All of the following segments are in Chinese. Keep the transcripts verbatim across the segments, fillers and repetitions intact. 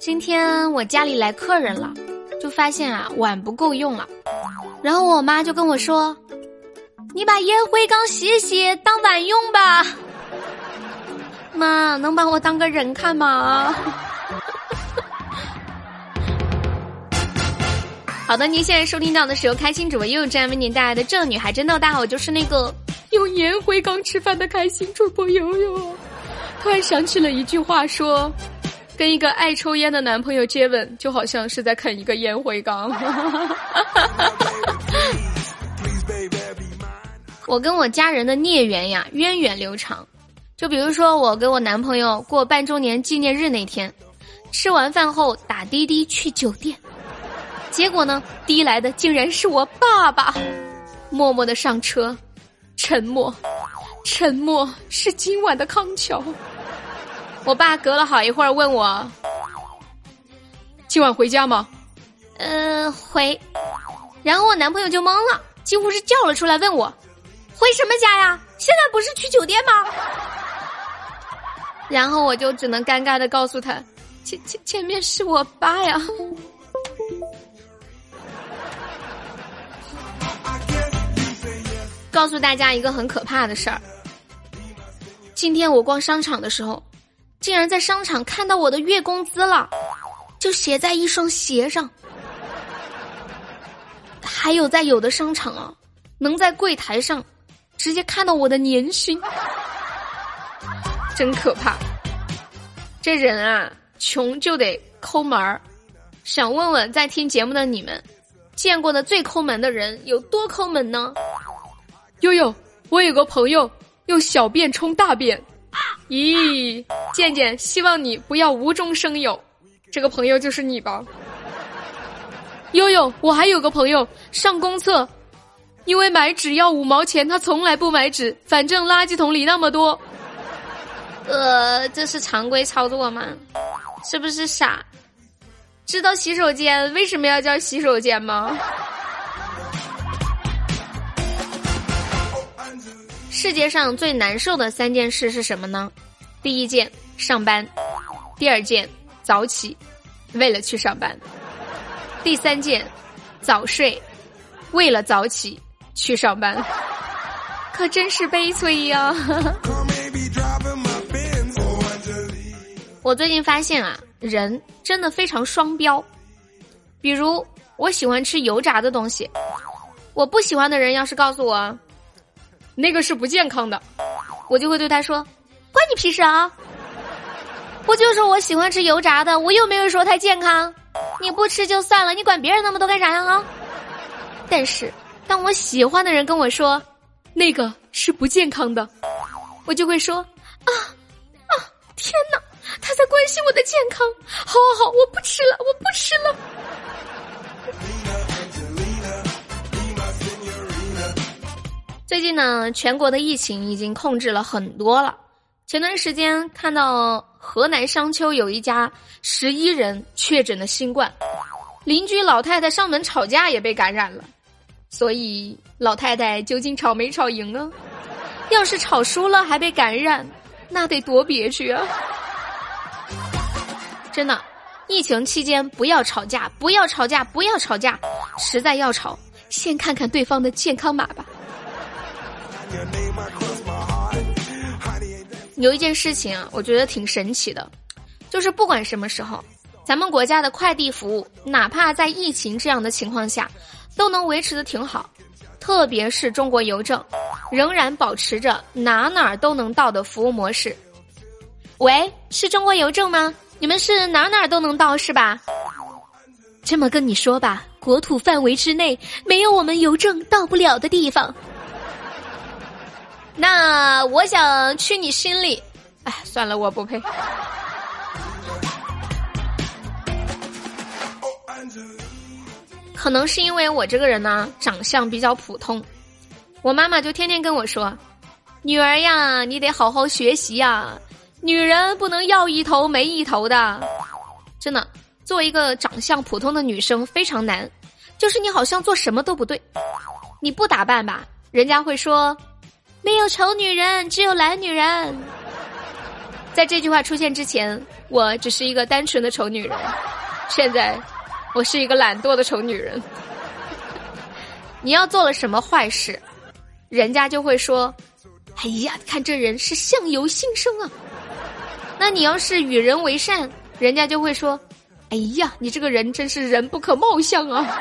今天我家里来客人了，就发现啊碗不够用了，然后我妈就跟我说，你把烟灰缸洗一洗当碗用吧。妈，能把我当个人看吗？好的，您现在收听到的是由开心主播悠悠站为您带来的这女孩真的，大家好，我就是那个用烟灰缸吃饭的开心主播悠悠。突然想起了一句话说，跟一个爱抽烟的男朋友接吻就好像是在啃一个烟灰缸。我跟我家人的孽缘呀源远流长，就比如说我给我男朋友过半周年纪念日那天，吃完饭后打滴滴去酒店，结果呢滴来的竟然是我爸爸。默默的上车，沉默，沉默是今晚的康桥。我爸隔了好一会儿问我，今晚回家吗？呃，回。然后我男朋友就懵了，几乎是叫了出来问我，回什么家呀？现在不是去酒店吗？然后我就只能尴尬的告诉他，前前前面是我爸呀。告诉大家一个很可怕的事儿，今天我逛商场的时候，竟然在商场看到我的月工资了，就写在一双鞋上。还有在有的商场啊，能在柜台上直接看到我的年薪，真可怕。这人啊，穷就得抠门儿。想问问在听节目的你们，见过的最抠门的人有多抠门呢？悠悠，我有个朋友用小便冲大便。咦，健健，希望你不要无中生有，这个朋友就是你吧。悠悠，我还有个朋友上公厕，因为买纸要五毛钱，他从来不买纸，反正垃圾桶里那么多。呃，这是常规操作吗？是不是傻？知道洗手间为什么要叫洗手间吗？世界上最难受的三件事是什么呢？第一件，上班；第二件，早起，为了去上班；第三件，早睡，为了早起去上班。可真是悲催呀！我最近发现啊，人真的非常双标。比如，我喜欢吃油炸的东西，我不喜欢的人要是告诉我那个是不健康的，我就会对他说，关你屁事啊！不就是我喜欢吃油炸的，我又没有说太健康，你不吃就算了，你管别人那么多干啥呀啊？但是当我喜欢的人跟我说那个是不健康的，我就会说啊啊！天哪，他在关心我的健康，好好好，我不吃了，我不吃了。最近呢，全国的疫情已经控制了很多了。前段时间看到河南商丘有一家十一人确诊了新冠，邻居老太太上门吵架也被感染了。所以老太太究竟吵没吵赢呢？要是吵输了还被感染，那得多憋屈啊！真的，疫情期间不要吵架，不要吵架，不要吵架，实在要吵，先看看对方的健康码吧。有一件事情啊，我觉得挺神奇的，就是不管什么时候，咱们国家的快递服务，哪怕在疫情这样的情况下，都能维持得挺好。特别是中国邮政，仍然保持着哪哪儿都能到的服务模式。喂，是中国邮政吗？你们是哪哪儿都能到是吧？这么跟你说吧，国土范围之内没有我们邮政到不了的地方。那我想去你心里，哎，算了，我不配。可能是因为我这个人呢，长相比较普通，我妈妈就天天跟我说，女儿呀，你得好好学习呀，女人不能要一头没一头的。真的，作为一个长相普通的女生非常难，就是你好像做什么都不对。你不打扮吧，人家会说没有丑女人，只有懒女人。在这句话出现之前， 我只是一个单纯的丑女人，现在我是一个懒惰的丑女人。你要做了什么坏事，人家就会说，哎呀，看这人是相由心生啊。那你要是与人为善，人家就会说，哎呀，你这个人真是人不可貌相啊。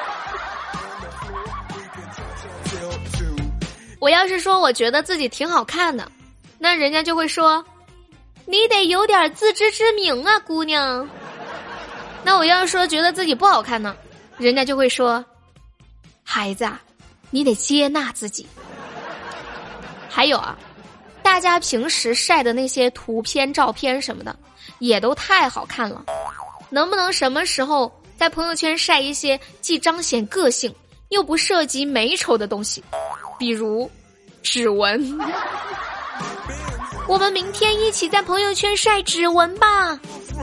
我要是说我觉得自己挺好看的，那人家就会说，你得有点自知之明啊，姑娘。那我要是说觉得自己不好看呢，人家就会说，孩子啊，你得接纳自己。还有啊，大家平时晒的那些图片照片什么的也都太好看了，能不能什么时候在朋友圈晒一些既彰显个性又不涉及美丑的东西，比如指纹。我们明天一起在朋友圈晒指纹吧。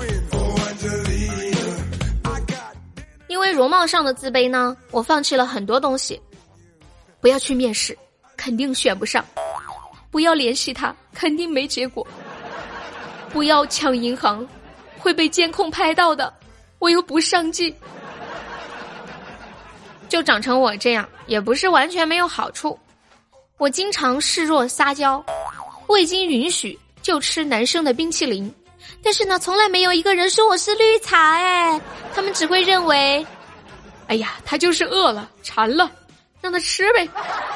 因为容貌上的自卑呢，我放弃了很多东西。不要去面试，肯定选不上；不要联系他，肯定没结果；不要抢银行，会被监控拍到的，我又不上进。就长成我这样，也不是完全没有好处。我经常示弱撒娇，未经允许就吃男生的冰淇淋，但是呢，从来没有一个人说我是绿茶哎，他们只会认为，哎呀，他就是饿了馋了，让他吃呗。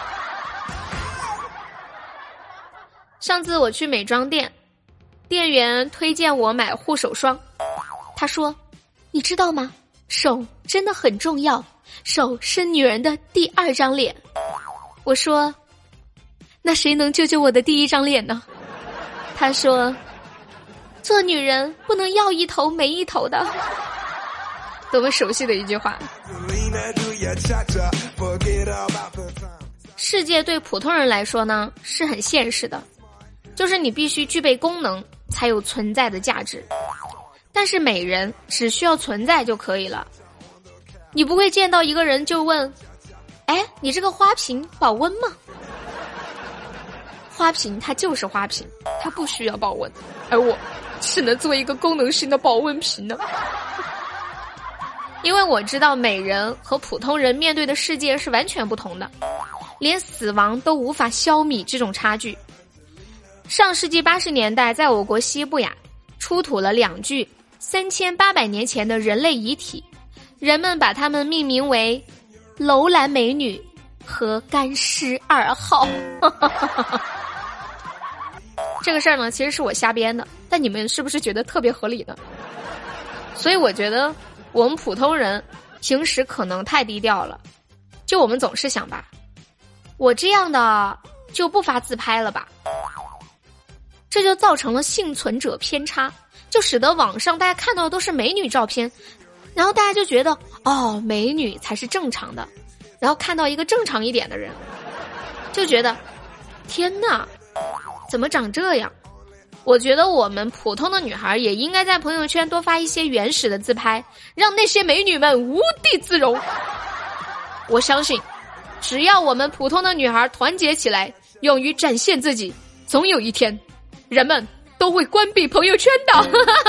上次我去美妆店，店员推荐我买护手霜，他说，你知道吗，手真的很重要，手是女人的第二张脸。我说，那谁能救救我的第一张脸呢？他说，做女人不能要一头没一头的。多么熟悉的一句话。世界对普通人来说呢，是很现实的，就是你必须具备功能才有存在的价值，但是美人只需要存在就可以了。你不会见到一个人就问，哎，你这个花瓶保温吗？花瓶它就是花瓶，它不需要保温，而我只能做一个功能性的保温瓶呢。因为我知道美人和普通人面对的世界是完全不同的，连死亡都无法消弭这种差距。上世纪八十年代，在我国西部呀，出土了两具三千八百年前的人类遗体，人们把它们命名为楼兰美女和干尸二号。这个事儿呢，其实是我瞎编的，但你们是不是觉得特别合理呢？所以我觉得我们普通人平时可能太低调了，就我们总是想吧，我这样的就不发自拍了吧，这就造成了幸存者偏差，就使得网上大家看到的都是美女照片，然后大家就觉得哦，美女才是正常的，然后看到一个正常一点的人，就觉得天哪，怎么长这样？我觉得我们普通的女孩也应该在朋友圈多发一些原始的自拍，让那些美女们无地自容。我相信，只要我们普通的女孩团结起来，勇于展现自己，总有一天，人们都会关闭朋友圈的。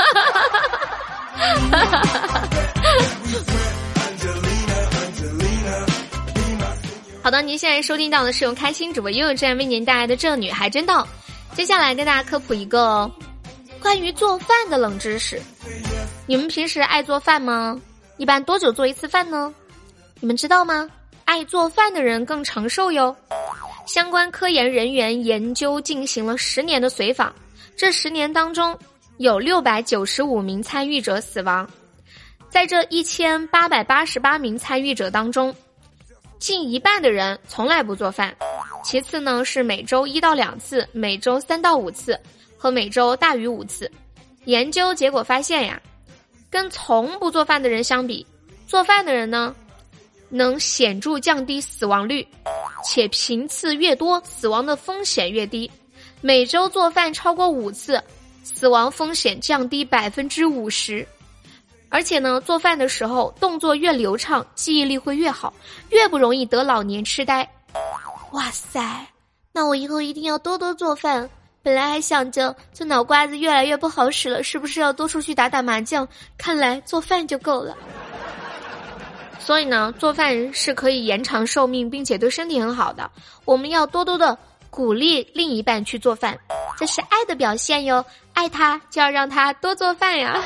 好的，您现在收听到的是由开心主播悠悠这样为您带来的这女孩真道。接下来跟大家科普一个关于做饭的冷知识。你们平时爱做饭吗？一般多久做一次饭呢？你们知道吗？爱做饭的人更长寿哟。相关科研人员研究进行了十年的随访，这十年当中有六百九十五名参与者死亡。在这一千八百八十八名参与者当中，近一半的人从来不做饭，其次呢是每周一到两次，每周三到五次和每周大于五次。研究结果发现呀，跟从不做饭的人相比，做饭的人呢能显著降低死亡率，且频次越多，死亡的风险越低。每周做饭超过五次，死亡风险降低百分之五十。而且呢，做饭的时候动作越流畅，记忆力会越好，越不容易得老年痴呆。哇塞，那我以后一定要多多做饭， 本来还想着这脑瓜子越来越不好使了，是不是要多出去打打麻将？看来做饭就够了。所以呢，做饭是可以延长寿命，并且对身体很好的。我们要多多的鼓励另一半去做饭，这是爱的表现哟。爱他就要让他多做饭呀。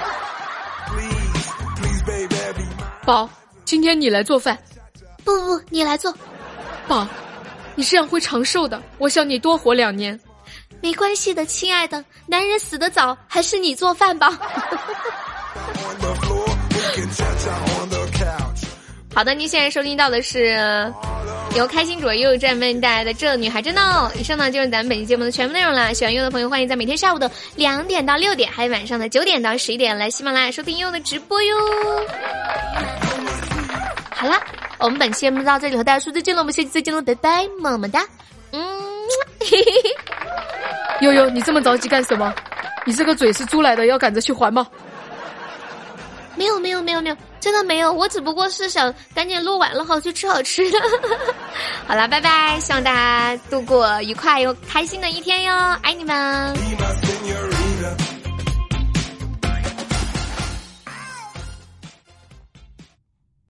宝，今天你来做饭。 不不，你来做。 宝，你这样会长寿的，我想你多活两年。 没关系的，亲爱的，男人死得早，还是你做饭吧。好的，您现在收听到的是由开心果悠悠站为您带来的这女孩真闹。以上呢就是咱们本期节目的全部内容了。喜欢悠悠的朋友，欢迎在每天下午的两点到六点，还有晚上的九点到十一点来喜马拉雅收听悠悠的直播哟。好啦，我们本期节目到这里和大家说再见了，我们下期再见了，拜拜，么么哒。嗯，嘿嘿嘿。 悠悠，你这么着急干什么？你这个嘴是租来的，要赶着去还吗？ 没有没有没有没有，真的没有，我只不过是想赶紧录完了好去吃好吃的。好啦，拜拜，希望大家度过愉快又开心的一天哟，爱你们。